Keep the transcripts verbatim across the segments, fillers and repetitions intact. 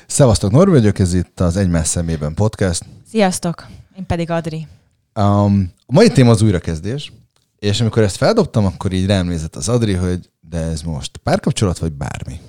Szevasztok, Norbi vagyok, ez itt az Egymás szemében podcast. Sziasztok, én pedig Adri. Um, a mai téma az újrakezdés, és amikor ezt feldobtam, akkor így rám nézett az Adri, hogy de ez most párkapcsolat, vagy bármi?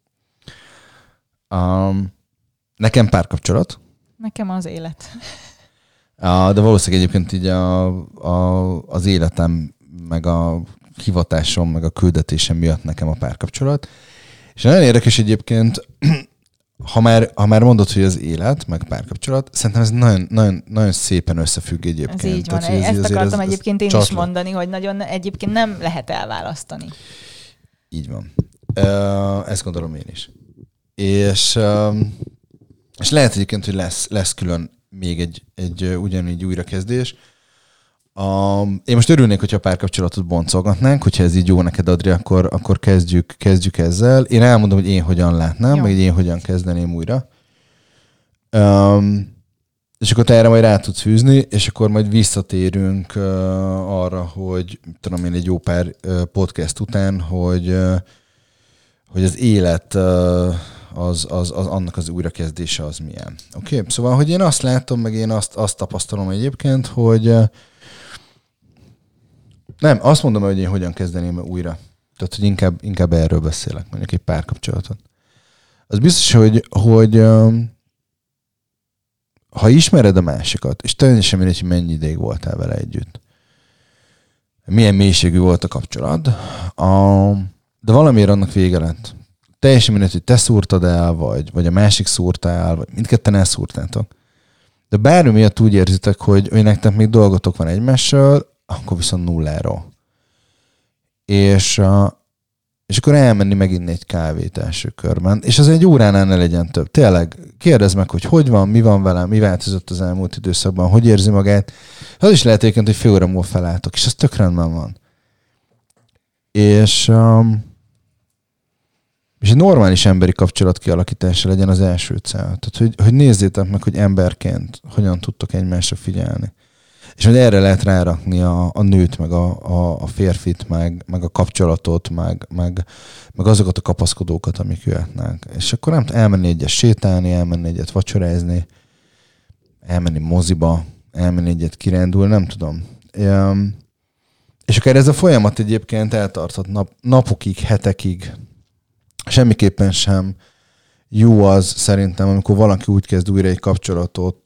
Um, nekem párkapcsolat. Nekem az élet. Uh, de valószínűleg egyébként így a, a, az életem, meg a hivatásom, meg a küldetésem miatt nekem a párkapcsolat. És nagyon érdekes egyébként, ha már, ha már mondod, hogy az élet, meg párkapcsolat, szerintem ez nagyon, nagyon, nagyon szépen összefügg egyébként. Ez így van. Tehát, ezt akartam ez, egyébként én csatla. is mondani, hogy nagyon egyébként nem lehet elválasztani. Így van. Uh, ezt gondolom én is. És, uh, és lehet egyébként, hogy lesz, lesz külön még egy, egy uh, ugyanígy újrakezdés. Uh, én most örülnék, hogyha a párkapcsolatot boncolgatnánk, hogyha ez így jó neked, Adri, akkor, akkor kezdjük, kezdjük ezzel. Én elmondom, hogy én hogyan látnám, jó. Meg én hogyan kezdeném újra. Um, és akkor te erre majd rá tudsz fűzni, és akkor majd visszatérünk uh, arra, hogy tudom én egy jó pár uh, podcast után, hogy, uh, hogy az élet uh, az, az, az annak az újrakezdése az milyen. Oké? Okay? Szóval, hogy én azt látom, meg én azt, azt tapasztalom egyébként, hogy uh, nem, azt mondom, hogy én hogyan kezdeném újra. Tehát, hogy inkább, inkább erről beszélek, mondjuk egy párkapcsolatot. Az biztos, hogy, hogy um, ha ismered a másikat, és teljesen mindegy, hogy mennyi ideig voltál vele együtt, milyen mélységű volt a kapcsolat, um, de valamiért annak vége lett. Teljesen mindegy, hogy te szúrtad el, vagy, vagy a másik szúrta el, vagy mindketten elszúrtátok. De bármi miatt úgy érzitek, hogy, hogy nektek még dolgotok van egymással, akkor viszont nulláról. És, és akkor elmenni meginni egy kávét első körben. És az egy óránál ne legyen több. Tényleg, kérdezd meg, hogy hogy van, mi van velem, mi változott az elmúlt időszakban, hogy érzi magát. Az is lehet egyébként, hogy fél óra múlva felálltok, és az tök rendben van. És, és egy normális emberi kapcsolat kialakítása legyen az első cél. Tehát, hogy, hogy nézzétek meg, hogy emberként hogyan tudtok egymásra figyelni. És hogy erre lehet rárakni a, a nőt, meg a, a, a férfit, meg, meg a kapcsolatot, meg, meg, meg azokat a kapaszkodókat, amik jöhetnek. És akkor nem elmenni egyet sétálni, elmenni egyet vacsorázni, elmenni moziba, elmenni egyet kirándulni, nem tudom. És akár ez a folyamat egyébként eltarthat nap, napokig, hetekig. Semmiképpen sem jó az szerintem, amikor valaki úgy kezd újra egy kapcsolatot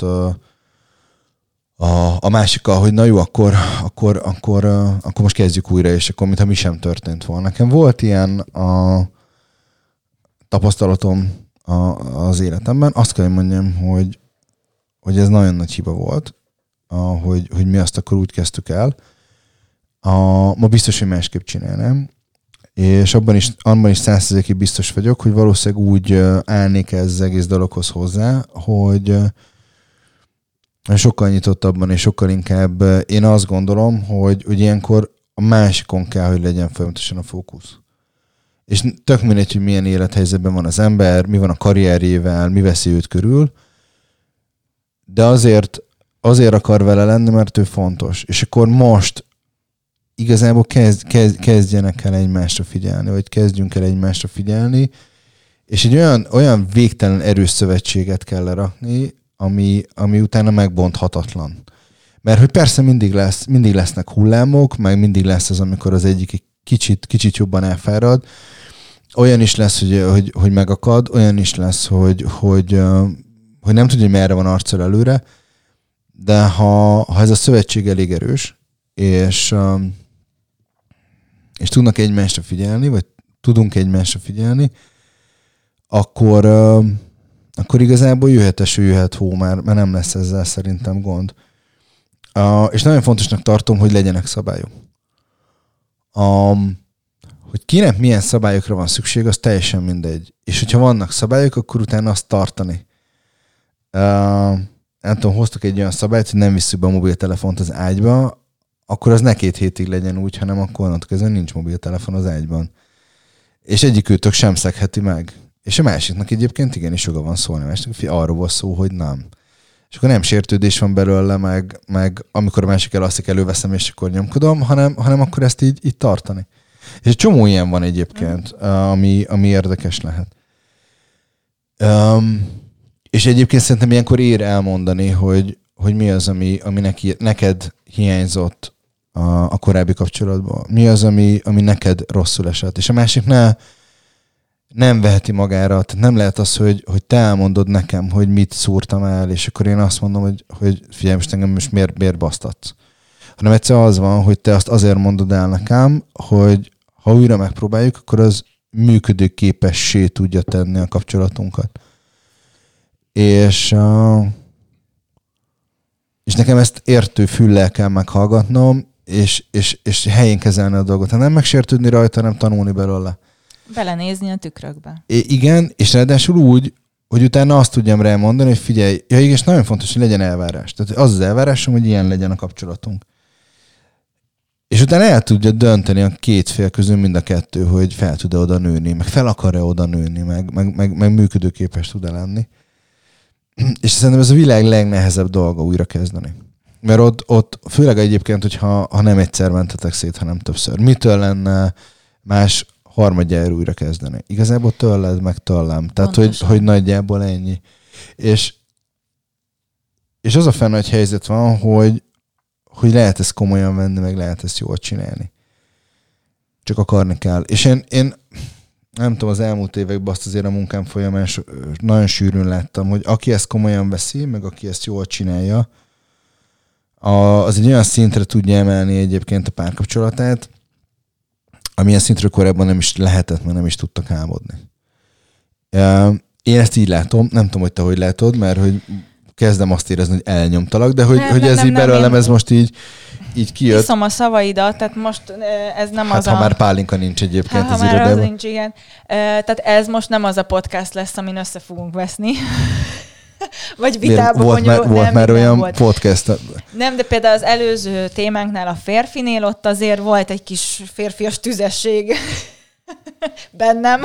A, a másikkal, hogy na jó, akkor, akkor, akkor, akkor most kezdjük újra, és akkor mintha mi sem történt volna. Nekem volt ilyen a tapasztalatom a, az életemben. Azt kell, hogy mondjam, hogy, hogy ez nagyon nagy hiba volt, a, hogy, hogy mi azt akkor úgy kezdtük el. A, ma biztos, hogy másképp csinálnám. És abban is, abban is száz százalékig biztos vagyok, hogy valószínűleg úgy állnék ez az egész dologhoz hozzá, hogy sokkal nyitottabban és sokkal inkább én azt gondolom, hogy, hogy ilyenkor a másikon kell, hogy legyen folyamatosan a fókusz. És tök mindegy, hogy milyen élethelyzetben van az ember, mi van a karrierjével, mi veszi őt körül, de azért, azért akar vele lenni, mert ő fontos. És akkor most igazából kezd, kezd, kezdjenek el egymásra figyelni, vagy kezdjünk el egymásra figyelni, és egy olyan, olyan végtelen erős szövetséget kell lerakni, Ami, ami utána megbonthatatlan. Mert hogy persze mindig, lesz, mindig lesznek hullámok, meg mindig lesz az, amikor az egyik egy kicsit, kicsit jobban elfárad. Olyan is lesz, hogy, hogy, hogy megakad, olyan is lesz, hogy, hogy, hogy nem tudja, hogy merre van arccal előre, de ha, ha ez a szövetség elég erős, és, és tudnak egymásra figyelni, vagy tudunk egymásra figyelni, akkor akkor igazából jöhet eső, jöhet hó már, mert nem lesz ezzel szerintem gond. Uh, és nagyon fontosnak tartom, hogy legyenek szabályok. Um, hogy kinek milyen szabályokra van szükség, az teljesen mindegy. És hogyha vannak szabályok, akkor utána azt tartani. Uh, nem tudom, hoztak egy olyan szabályt, hogy nem visszük be a mobiltelefont az ágyba, akkor az ne két hétig legyen úgy, hanem akkor onnantól kezdve nincs mobiltelefon az ágyban. És egyikőtök sem szegheti meg. És a másiknak egyébként igenis joga van szólni. A másiknak arról van szó, hogy nem. És akkor nem sértődés van belőle, meg, meg amikor a másik elalszik, előveszem, és akkor nyomkodom, hanem, hanem akkor ezt így, így tartani. És egy csomó ilyen van egyébként, ami, ami érdekes lehet. Um, És egyébként szerintem ilyenkor ér elmondani, hogy, hogy mi az, ami, ami neki, neked hiányzott a, a korábbi kapcsolatban. Mi az, ami, ami neked rosszul esett. És a másik ne, nem veheti magára. Tehát nem lehet az, hogy, hogy te elmondod nekem, hogy mit szúrtam el, és akkor én azt mondom, hogy, hogy figyelj, most engem most miért, miért basztatsz. Hanem egyszer az van, hogy te azt azért mondod el nekem, hogy ha újra megpróbáljuk, akkor az működőképessé tudja tenni a kapcsolatunkat. És, uh, és nekem ezt értő füllel kell meghallgatnom, és, és, és helyén kezelni a dolgot. Ha nem megsértődni rajta, nem tanulni belőle. Belenézni a tükrökbe. É, igen, és ráadásul úgy, hogy utána azt tudjam rá mondani, hogy figyelj, ja, és nagyon fontos, hogy legyen elvárás. Tehát az az elvárásom, hogy ilyen legyen a kapcsolatunk. És utána el tudja dönteni a két fél közül mind a kettő, hogy fel tud-e oda nőni, meg fel akar-e oda nőni, meg, meg, meg, meg működőképes tud-e lenni. És szerintem ez a világ legnehezebb dolga újra kezdeni. Mert ott, ott főleg egyébként, hogyha ha nem egyszer mentetek szét, hanem többször. Mitől lenne más harmadjára újra kezdeni? Igazából tőled, meg tőlem. Tehát, hogy, hogy nagyjából ennyi. És, és az a fenn nagy helyzet van, hogy, hogy lehet ezt komolyan venni, meg lehet ezt jól csinálni. Csak akarni kell. És én, én nem tudom, az elmúlt években azt azért a munkám folyamán nagyon sűrűn láttam, hogy aki ezt komolyan veszi, meg aki ezt jól csinálja, az egy olyan szintre tudja emelni egyébként a párkapcsolatát, amilyen szintről korábban nem is lehetett, mert nem is tudtak álmodni. Én ezt így látom, nem tudom, hogy te hogy látod, mert hogy kezdem azt érezni, hogy elnyomtalak, de hogy, nem, hogy ez nem, így nem, belőlem, én... ez most így, így kijött. Iszom a szavaidat, tehát most ez nem hát az ha a... ha már pálinka nincs egyébként ha, az ha már irodában. az nincs, igen. Tehát ez most nem az a podcast lesz, amin össze fogunk veszni. Vagy vitába volt mondjuk. Már, volt nem, már olyan volt. podcast. Nem, de például az előző témánknál a férfinél ott azért volt egy kis férfias tüzesség bennem.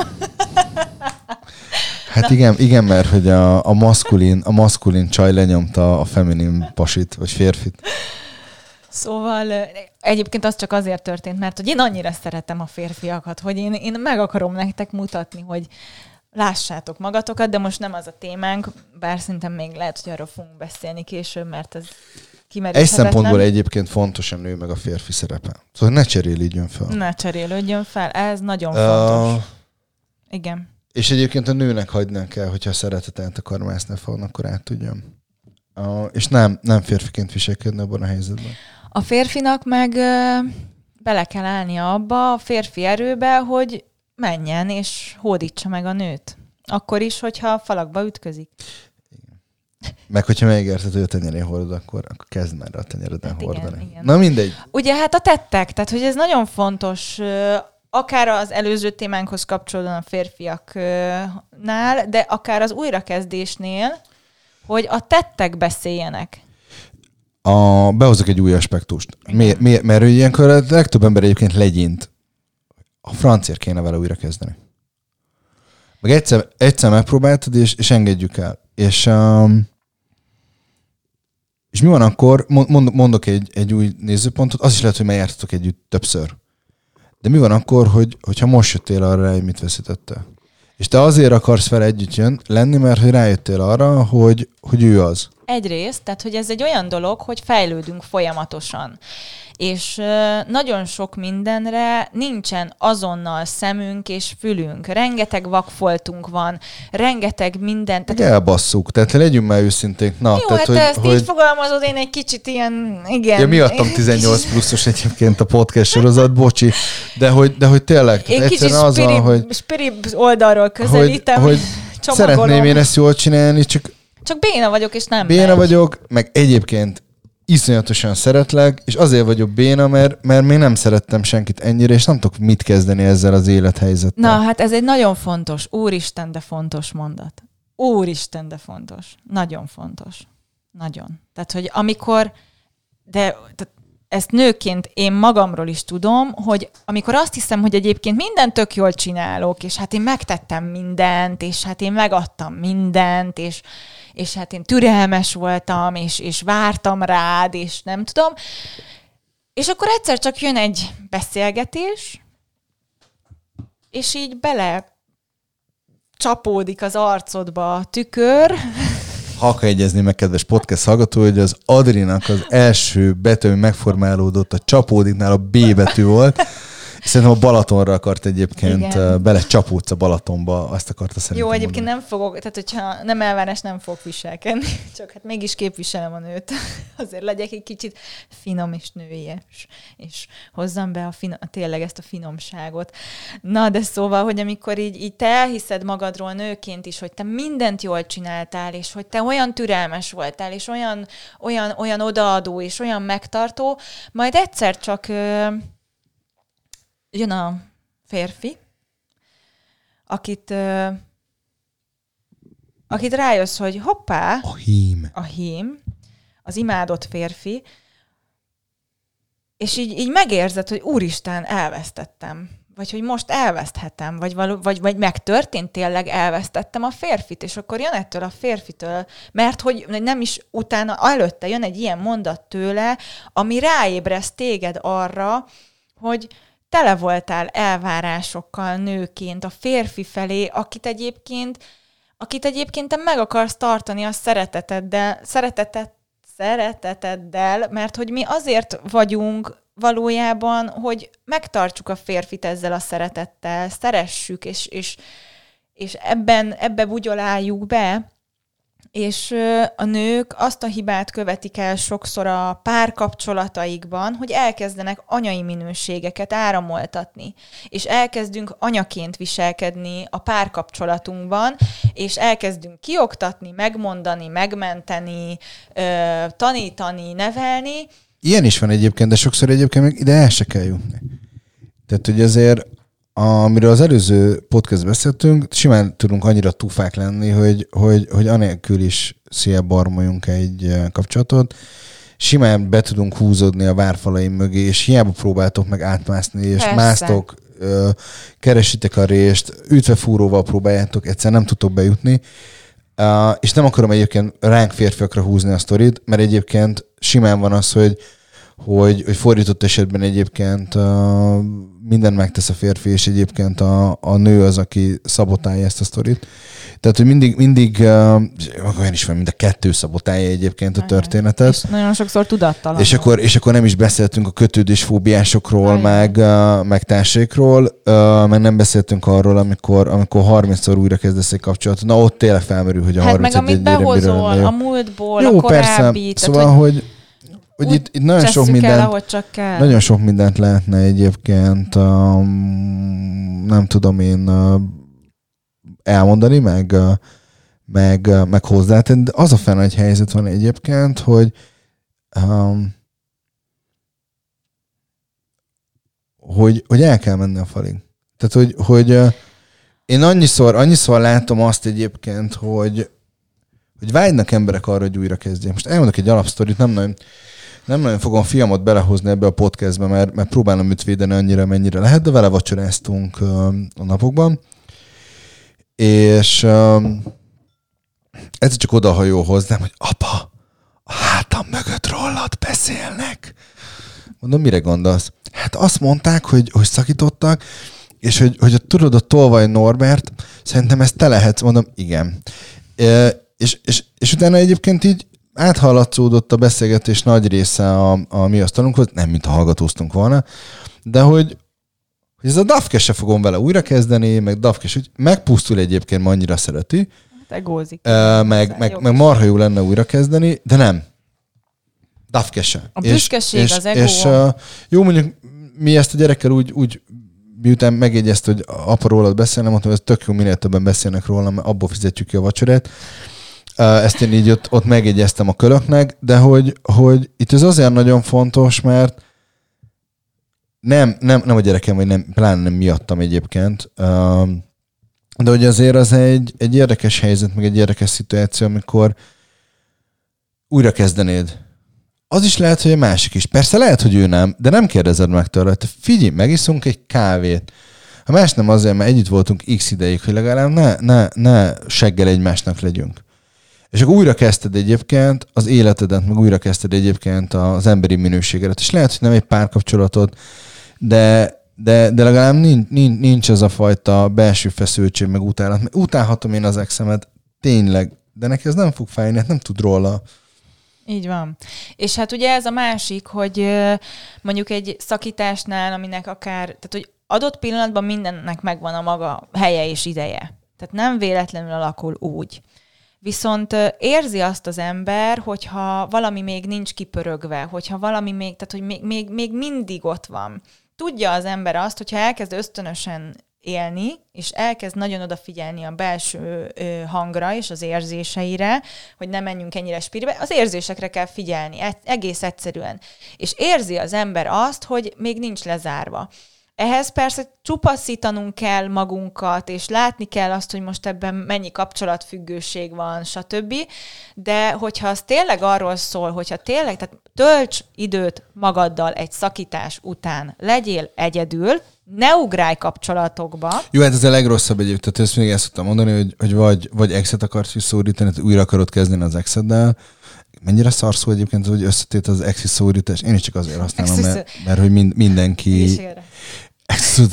Hát igen, igen, mert hogy a, a, maszkulin, a maszkulin csaj lenyomta a feminin pasit, vagy férfit. Szóval egyébként az csak azért történt, mert hogy én annyira szeretem a férfiakat, hogy én, én meg akarom nektek mutatni, hogy lássátok magatokat, de most nem az a témánk, bár szerintem még lehet, hogy arról fogunk beszélni később, mert ez kimeríthetetlen. Egy szempontból egyébként fontos a nő meg a férfi szerepe. Szóval ne cserélődjön fel. Ne cserélődjön fel, ez nagyon fontos. Uh, Igen. És egyébként a nőnek hagynánk kell, hogyha szeretet akar mászni falon, akkor át tudjam. Uh, és nem, nem férfiként viselkedni abban a helyzetben. A férfinak meg uh, bele kell állnia abba, a férfi erőbe, hogy menjen és hódítsa meg a nőt. Akkor is, hogyha a falakba ütközik. Igen. Meg hogyha megérted, hogy a tenyerén hordod, akkor, akkor kezd már a tenyeredben hát hordani. Igen, igen. Na mindegy. Ugye hát a tettek, tehát hogy ez nagyon fontos, akár az előző témánkhoz kapcsolódóan a férfiaknál, de akár az újrakezdésnél, hogy a tettek beszéljenek. A, behozok egy új aspektust. Miért? Miért? Mert ilyenkor a legtöbb ember egyébként legyint. A francért kéne vele újra kezdeni. Meg egyszer, egyszer megpróbáltad, és, és engedjük el. És, um, és mi van akkor, mond, mondok egy, egy új nézőpontot, az is lehet, hogy megjártatok együtt többször. De mi van akkor, hogy, hogyha most jöttél arra, hogy mit veszítettél? És te azért akarsz vele együtt jön, lenni, mert hogy rájöttél arra, hogy, hogy ő az. Egyrészt, tehát hogy ez egy olyan dolog, hogy fejlődünk folyamatosan. És nagyon sok mindenre nincsen azonnal szemünk és fülünk. Rengeteg vakfoltunk van, rengeteg minden. Tehát elbasszuk, tehát legyünk már őszinték. Na, jó, tehát, hát hogy, te ezt hogy... így fogalmazod, én egy kicsit ilyen, igen. Ja, miattam tizennyolc pluszos egyébként a podcast sorozat, bocsi, de hogy, de hogy tényleg. Én kicsit az van, hogy, spirib oldalról közelítem. Hogy, hogy szeretném én ezt jól csinálni, csak Csak béna vagyok, és nem Béna megy. vagyok, meg egyébként iszonyatosan szeretlek, és azért vagyok béna, mert, mert még nem szerettem senkit ennyire, és nem tudok mit kezdeni ezzel az élethelyzettel. Na, hát ez egy nagyon fontos, úristen, de fontos mondat. Úristen, de fontos. Nagyon fontos. Nagyon. Tehát, hogy amikor, de tehát ezt nőként én magamról is tudom, hogy amikor azt hiszem, hogy egyébként mindent tök jól csinálok, és hát én megtettem mindent, és hát én megadtam mindent, és, és hát én türelmes voltam, és, és vártam rád, és nem tudom. És akkor egyszer csak jön egy beszélgetés, és így bele csapódik az arcodba a tükör, ha egyezni meg, kedves podcast hallgató, hogy az Adrinak az első betű, ami megformálódott a csapódiknál a B betű volt. Szerintem a Balatonra akart egyébként bele csapódsz a Balatonba, azt akarta szerintem. Jó, egyébként mondani. Nem fogok, tehát hogyha nem elvárás, nem fogok viselkedni, csak hát mégis képviselem a nőt. Azért legyek egy kicsit finom és nőies, és hozzam be a finom, tényleg ezt a finomságot. Na, de szóval, hogy amikor így, így te elhiszed magadról nőként is, hogy te mindent jól csináltál, és hogy te olyan türelmes voltál, és olyan, olyan, olyan odaadó, és olyan megtartó, majd egyszer csak... jön a férfi, akit, uh, akit rájössz, hogy hoppá, a hím. a hím, az imádott férfi, és így, így megérzed, hogy úristen, elvesztettem. Vagy hogy most elveszthetem, vagy, való, vagy, vagy megtörtént tényleg, elvesztettem a férfit, és akkor jön ettől a férfitől, mert hogy nem is utána, előtte jön egy ilyen mondat tőle, ami ráébreszt téged arra, hogy tele voltál elvárásokkal nőként a férfi felé, akit egyébként, akit egyébként te meg akarsz tartani a szereteteddel, szeretetet, szereteteddel, mert hogy mi azért vagyunk valójában, hogy megtartsuk a férfit ezzel a szeretettel, szeressük, és, és, és ebben, ebbe bugyoláljuk be, és a nők azt a hibát követik el sokszor a párkapcsolataikban, hogy elkezdenek anyai minőségeket áramoltatni, és elkezdünk anyaként viselkedni a párkapcsolatunkban, és elkezdünk kioktatni, megmondani, megmenteni, tanítani, nevelni. Ilyen is van egyébként, de sokszor egyébként még ide el se kell jutni. Tehát, hogy azért amiről az előző podcast beszéltünk, simán tudunk annyira tufák lenni, hogy, hogy, hogy anélkül is szél barmoljunk egy kapcsolatot. Simán be tudunk húzódni a várfalaim mögé, és hiába próbáltok meg átmászni, és Persze. másztok, keresitek a rést, ütvefúróval próbáljátok, egyszer nem tudtok bejutni. És nem akarom egyébként ránk férfiakra húzni a sztorit, mert egyébként simán van az, hogy Hogy, hogy fordított esetben egyébként uh, minden megtesz a férfi, és egyébként a, a nő az, aki szabotálja ezt a sztorit. Tehát, hogy mindig, mindig uh, olyan is van, mind a kettő szabotálja egyébként a történetet. És nagyon sokszor tudattalan. És akkor, és akkor nem is beszéltünk a kötődésfóbiásokról, meg, uh, meg társaikról, uh, meg nem beszéltünk arról, amikor, amikor harmincszor újra kezdesz egy kapcsolatot. Na, ott tényleg felmerül, hogy a hát harmincegy meg amit behozol, a múltból, Jó, a korábbi. Persze. Szóval, tehát, hogy, hogy Hogy itt, itt nagyon, sok mindent, el, ahogy csak kell. nagyon sok mindent lehetne egyébként, um, nem tudom én uh, elmondani, meg, uh, meg, uh, meg hozzátenni, de az a fenn egy helyzet van egyébként, hogy um, hogy, hogy el kell menni a falig. Tehát, hogy, hogy uh, én annyiszor, annyiszor látom azt egyébként, hogy, hogy vágynak emberek arra, hogy újra kezdjék. Most elmondok egy alapsztorit, nem nagyon Nem nagyon fogom fiamot belehozni ebbe a podcastbe, mert, mert próbálom őt védeni annyira, mennyire lehet, de vele vacsoráztunk uh, a napokban. És um, ez csak odahajol hozzám, hogy apa, a hátam mögött rólad beszélnek. Mondom, mire gondolsz? Hát azt mondták, hogy, hogy szakítottak, és hogy, hogy tudod, a Tolvaj Norbert, szerintem ezt te lehetsz. Mondom, igen. E, és, és, és utána egyébként így áthallatszódott a beszélgetés nagy része a, a mi asztalunkhoz, nem mint ha hallgatóztunk volna, de hogy, hogy ez a Dafke se fogom vele újrakezdeni, meg Dafke hogy megpusztul egyébként, annyira szereti. Hát egózik. Uh, meg, meg, meg marha jó lenne újrakezdeni, de nem. Dafke se. A büszkeség, és, az ego. És uh, jó, mondjuk mi ezt a gyerekkel úgy, úgy miután megjegyezte, hogy apa rólad beszélnem, mondtam, hogy ez tök jó, minél többen beszélnek róla, mert abból fizetjük ki a vacsorát. Ezt én így ott, ott megjegyeztem a kölöknek, de hogy, hogy itt ez azért nagyon fontos, mert nem, nem, nem a gyerekem, vagy nem, pláne nem miattam egyébként, de hogy azért az egy, egy érdekes helyzet, meg egy érdekes szituáció, amikor újra kezdenéd. Az is lehet, hogy a másik is. Persze lehet, hogy ő nem, de nem kérdezed meg tőle. Te figyelj, megiszunk egy kávét. Ha más nem azért, mert együtt voltunk x ideig, hogy legalább ne, ne, ne seggel egymásnak legyünk. És akkor újra kezdted egyébként az életedet, meg újra kezdted egyébként az emberi minőségedet. És lehet, hogy nem egy párkapcsolatod, de, de, de legalább nincs, nincs, nincs az a fajta belső feszültség, meg utálat. Utálhatom én az exemet, tényleg de neki ez nem fog fájni, hát nem tud róla. Így van. És hát ugye ez a másik, hogy mondjuk egy szakításnál, aminek akár, tehát hogy adott pillanatban mindennek megvan a maga helye és ideje. Tehát nem véletlenül alakul úgy. Viszont érzi azt az ember, hogyha valami még nincs kipörögve, hogyha valami még, tehát hogy még, még, még mindig ott van. Tudja az ember azt, hogyha elkezd ösztönösen élni, és elkezd nagyon odafigyelni a belső ö, hangra és az érzéseire, hogy ne menjünk ennyire spiribe, az érzésekre kell figyelni, egész egyszerűen. És érzi az ember azt, hogy még nincs lezárva. Ehhez persze csupaszítanunk kell magunkat, és látni kell azt, hogy most ebben mennyi kapcsolatfüggőség van, stb. De hogyha az tényleg arról szól, hogyha tényleg, tehát tölts időt magaddal egy szakítás után, legyél egyedül, ne ugrálj kapcsolatokba. Jó, hát ez a legrosszabb egyébként, tehát ezt még ezt szoktam mondani, hogy, hogy vagy, vagy exet akarsz visszaúrítani, tehát újra akarod kezdeni az exeddel. Mennyire szarszó egyébként, hogy összetét az exi szórítás? Én is csak azért használom, mert, mert hogy mind, mindenki... uh,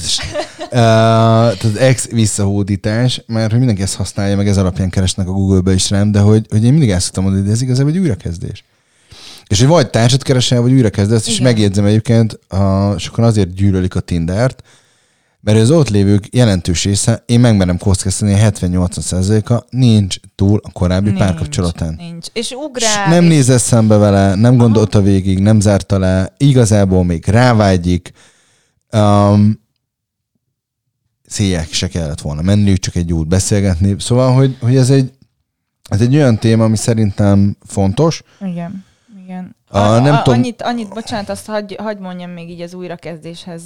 tehát az ex visszahódítás, mert hogy mindenki ezt használja, meg ez alapján keresnek a Google-be is rám, de hogy, hogy én mindig ezt szoktam mondani, hogy ez igazából egy újrakezdés. És hogy vagy társat keresel, vagy újrakezdesz, ezt is megjegyzem egyébként, a, sokan azért gyűlölik a Tindert, mert az ott lévők jelentős része, én megmerem kockáztatni, a hetven-nyolcvan százaléka nincs túl a korábbi nincs, párkapcsolatán. Nincs. És ugrál. És nem és... nézett szembe vele, nem gondolta Aha. végig, nem zárta le, igazából még rávágyik. Um, széjjel se kellett volna menniük, csak egy út beszélgetni. Szóval, hogy, hogy ez, egy, ez egy olyan téma, ami szerintem fontos. Igen. Igen. A, a, nem a, tudom... annyit, annyit, bocsánat, azt hagy, hagy mondjam még így az újrakezdéshez,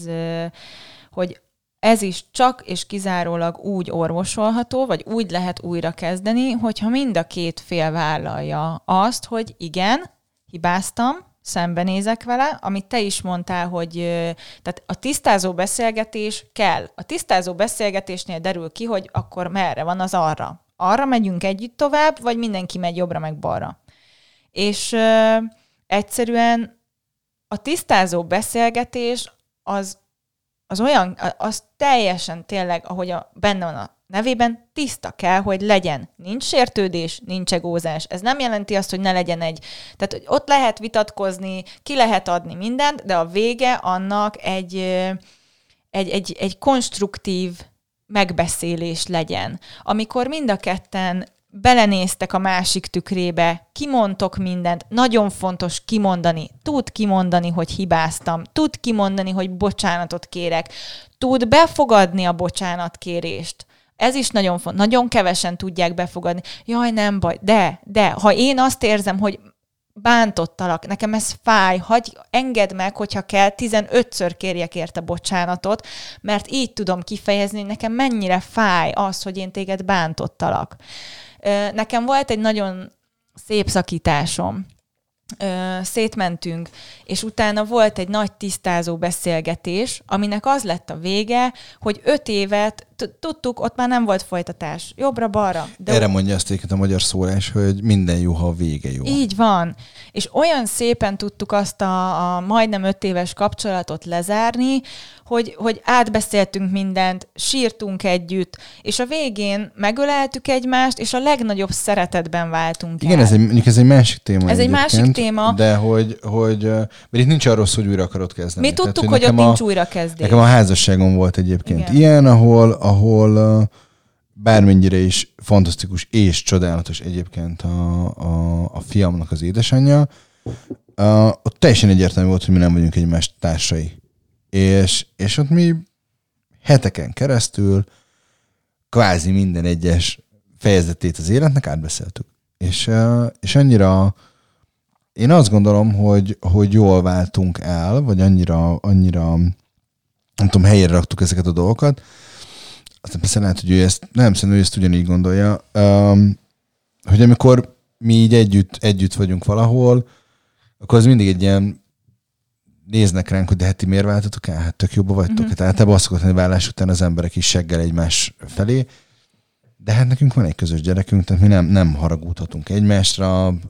hogy ez is csak és kizárólag úgy orvosolható, vagy úgy lehet újrakezdeni, hogyha mind a két fél vállalja azt, hogy igen, hibáztam, szembenézek vele, amit te is mondtál, hogy tehát a tisztázó beszélgetés kell. A tisztázó beszélgetésnél derül ki, hogy akkor merre van az arra. Arra megyünk együtt tovább, vagy mindenki megy jobbra meg balra. És ö, egyszerűen a tisztázó beszélgetés az, az olyan, az teljesen tényleg, ahogy a, benne van a nevében, tiszta kell, hogy legyen. Nincs sértődés, nincs egózás. Ez nem jelenti azt, hogy ne legyen egy... Tehát hogy ott lehet vitatkozni, ki lehet adni mindent, de a vége annak egy, egy, egy, egy konstruktív megbeszélés legyen. Amikor mind a ketten belenéztek a másik tükrébe, kimondtok mindent, nagyon fontos kimondani, tud kimondani, hogy hibáztam, tud kimondani, hogy bocsánatot kérek, tud befogadni a bocsánatkérést. Ez is nagyon fontos. Nagyon kevesen tudják befogadni. Jaj, nem baj. De, de, ha én azt érzem, hogy bántottalak, nekem ez fáj, hagyj, engedd meg, hogyha kell, tizenötször kérjek érte bocsánatot, mert így tudom kifejezni, hogy nekem mennyire fáj az, hogy én téged bántottalak. Nekem volt egy nagyon szép szakításom. Szétmentünk, és utána volt egy nagy tisztázó beszélgetés, aminek az lett a vége, hogy öt évet tudtuk, ott már nem volt folytatás. Jobbra-balra. Erre mondja azt a magyar szólás, hogy minden jó, ha a vége jó. Így van. És olyan szépen tudtuk azt a, a majdnem öt éves kapcsolatot lezárni, hogy, hogy átbeszéltünk mindent, sírtunk együtt, és a végén megöleltük egymást, és a legnagyobb szeretetben váltunk Igen, el. ez egy, ez egy másik téma. Ez egy másik téma. De hogy, hogy, mert itt nincs arról szó, hogy újra akarod kezdeni. Mi tudtuk, Tehát, hogy, hogy ott a, nincs újrakezdés. Nekem a házasságom volt egyébként Igen. ilyen, ahol, ahol bármennyire is fantasztikus és csodálatos egyébként a, a, a fiamnak az édesanyja, a, ott teljesen egyértelmű volt, hogy mi nem vagyunk egymás társai. És, és ott mi heteken keresztül kvázi minden egyes fejezetét az életnek átbeszéltük. És, és annyira én azt gondolom, hogy, hogy jól váltunk el, vagy annyira, annyira nem tudom, helyére raktuk ezeket a dolgokat. Aztán persze lehet, hogy ő ezt, nem szerintem, ő ezt ugyanígy gondolja, um, hogy amikor mi így együtt, együtt vagyunk valahol, akkor az mindig egy ilyen néznek ránk, hogy de hát ti miért váltatok el? Hát tök jobban vagytok. Mm-hmm. Hát általában azt szokott lenni vállás után az emberek is seggel egymás felé. De hát nekünk van egy közös gyerekünk, tehát mi nem, nem haragudhatunk egymásra, uh,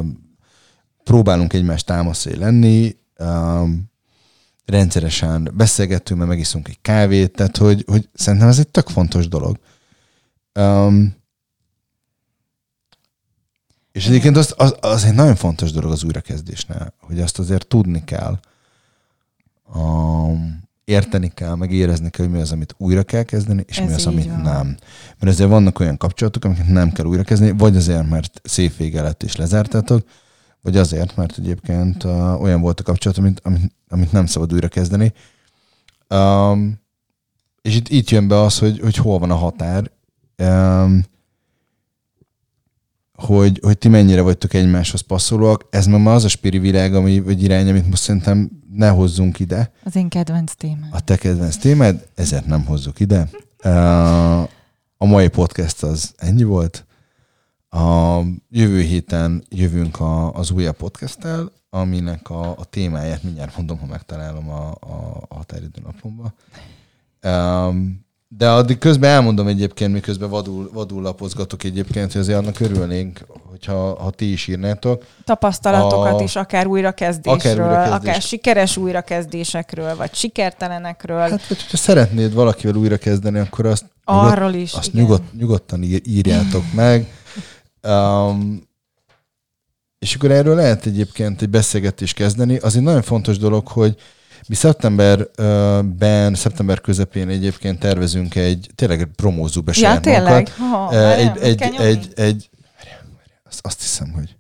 próbálunk egymást támaszai lenni, uh, rendszeresen beszélgetünk, mert megiszunk egy kávét, tehát hogy, hogy szerintem ez egy tök fontos dolog. Um, És egyébként az, az, az egy nagyon fontos dolog az újrakezdésnél, hogy azt azért tudni kell, um, érteni kell, meg érezni kell, hogy mi az, amit újra kell kezdeni, és Ez mi az, amit van. nem. Mert azért vannak olyan kapcsolatok, amiket nem kell újra kezdeni, vagy azért, mert szép vége lett és lezártátok, vagy azért, mert egyébként uh, olyan volt a kapcsolat, amit, amit, amit nem szabad újra kezdeni. Um, és itt, itt jön be az, hogy, hogy hol van a határ, um, hogy, hogy ti mennyire vagytok egymáshoz passzolóak. Ez már az a spiri világ, ami, vagy irány, amit most szerintem ne hozzunk ide. Az én kedvenc témád. A te kedvenc témád, ezért nem hozzuk ide. A mai podcast az ennyi volt. A jövő héten jövünk a, az újabb podcasttel, aminek a, a témáját mindjárt mondom, ha megtalálom a, a, a határidő napomba. Um, de addig közben elmondom egyébként, miközben vadul, vadul lapozgatok egyébként, hogy azért annak örülnénk, hogyha ha ti is írnátok. Tapasztalatokat a... is, akár újrakezdésről, akár, újrakezdés. akár sikeres újrakezdésekről, vagy sikertelenekről. Hát, hogyha szeretnéd valakivel újrakezdeni, akkor azt, Arról nyugod, is, azt nyugod, nyugodtan írjátok meg. Um, és akkor erről lehet egyébként egy beszélgetést kezdeni. Az egy nagyon fontos dolog, hogy mi szeptemberben, szeptember közepén egyébként tervezünk egy, tényleg promózzuk be saját ja, tényleg? Oh, egy, egy, egy, egy, egy, azt, azt hiszem, hogy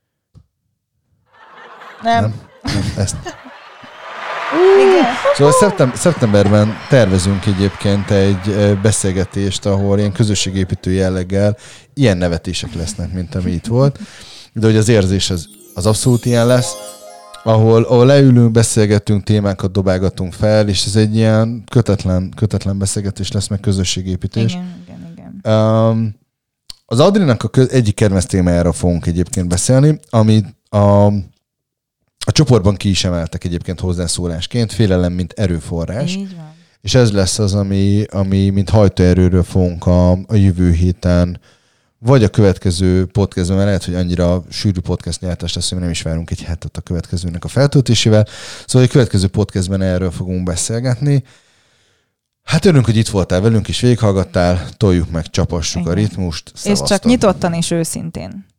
nem. nem? nem ezt. Igen. Szóval szeptem, szeptemberben tervezünk egyébként egy beszélgetést, ahol ilyen közösségépítő jelleggel ilyen nevetések lesznek, mint ami itt volt. De hogy az érzés az, az abszolút ilyen lesz, ahol, ahol leülünk, beszélgetünk, témákat dobálgatunk fel, és ez egy ilyen kötetlen, kötetlen beszélgetés lesz, meg közösségépítés. Igen, igen, igen. Um, az Adrinak a köz, egyik kedvenc témájára fogunk egyébként beszélni, amit a, a csoportban ki is emeltek egyébként hozzászólásként, félelem, mint erőforrás. Így van. És ez lesz az, ami, ami mint hajtóerőről fogunk a, a jövő héten, vagy a következő podcastban, mert lehet, hogy annyira sűrű podcast nyeltás lesz, hogy nem is várunk egy hetet a következőnek a feltöltésével. Szóval a következő podcastben erről fogunk beszélgetni. Hát örülünk, hogy itt voltál velünk, és végighallgattál, toljuk meg, csapassuk Igen. a ritmust. Szevasztok. És csak nyitottan és őszintén.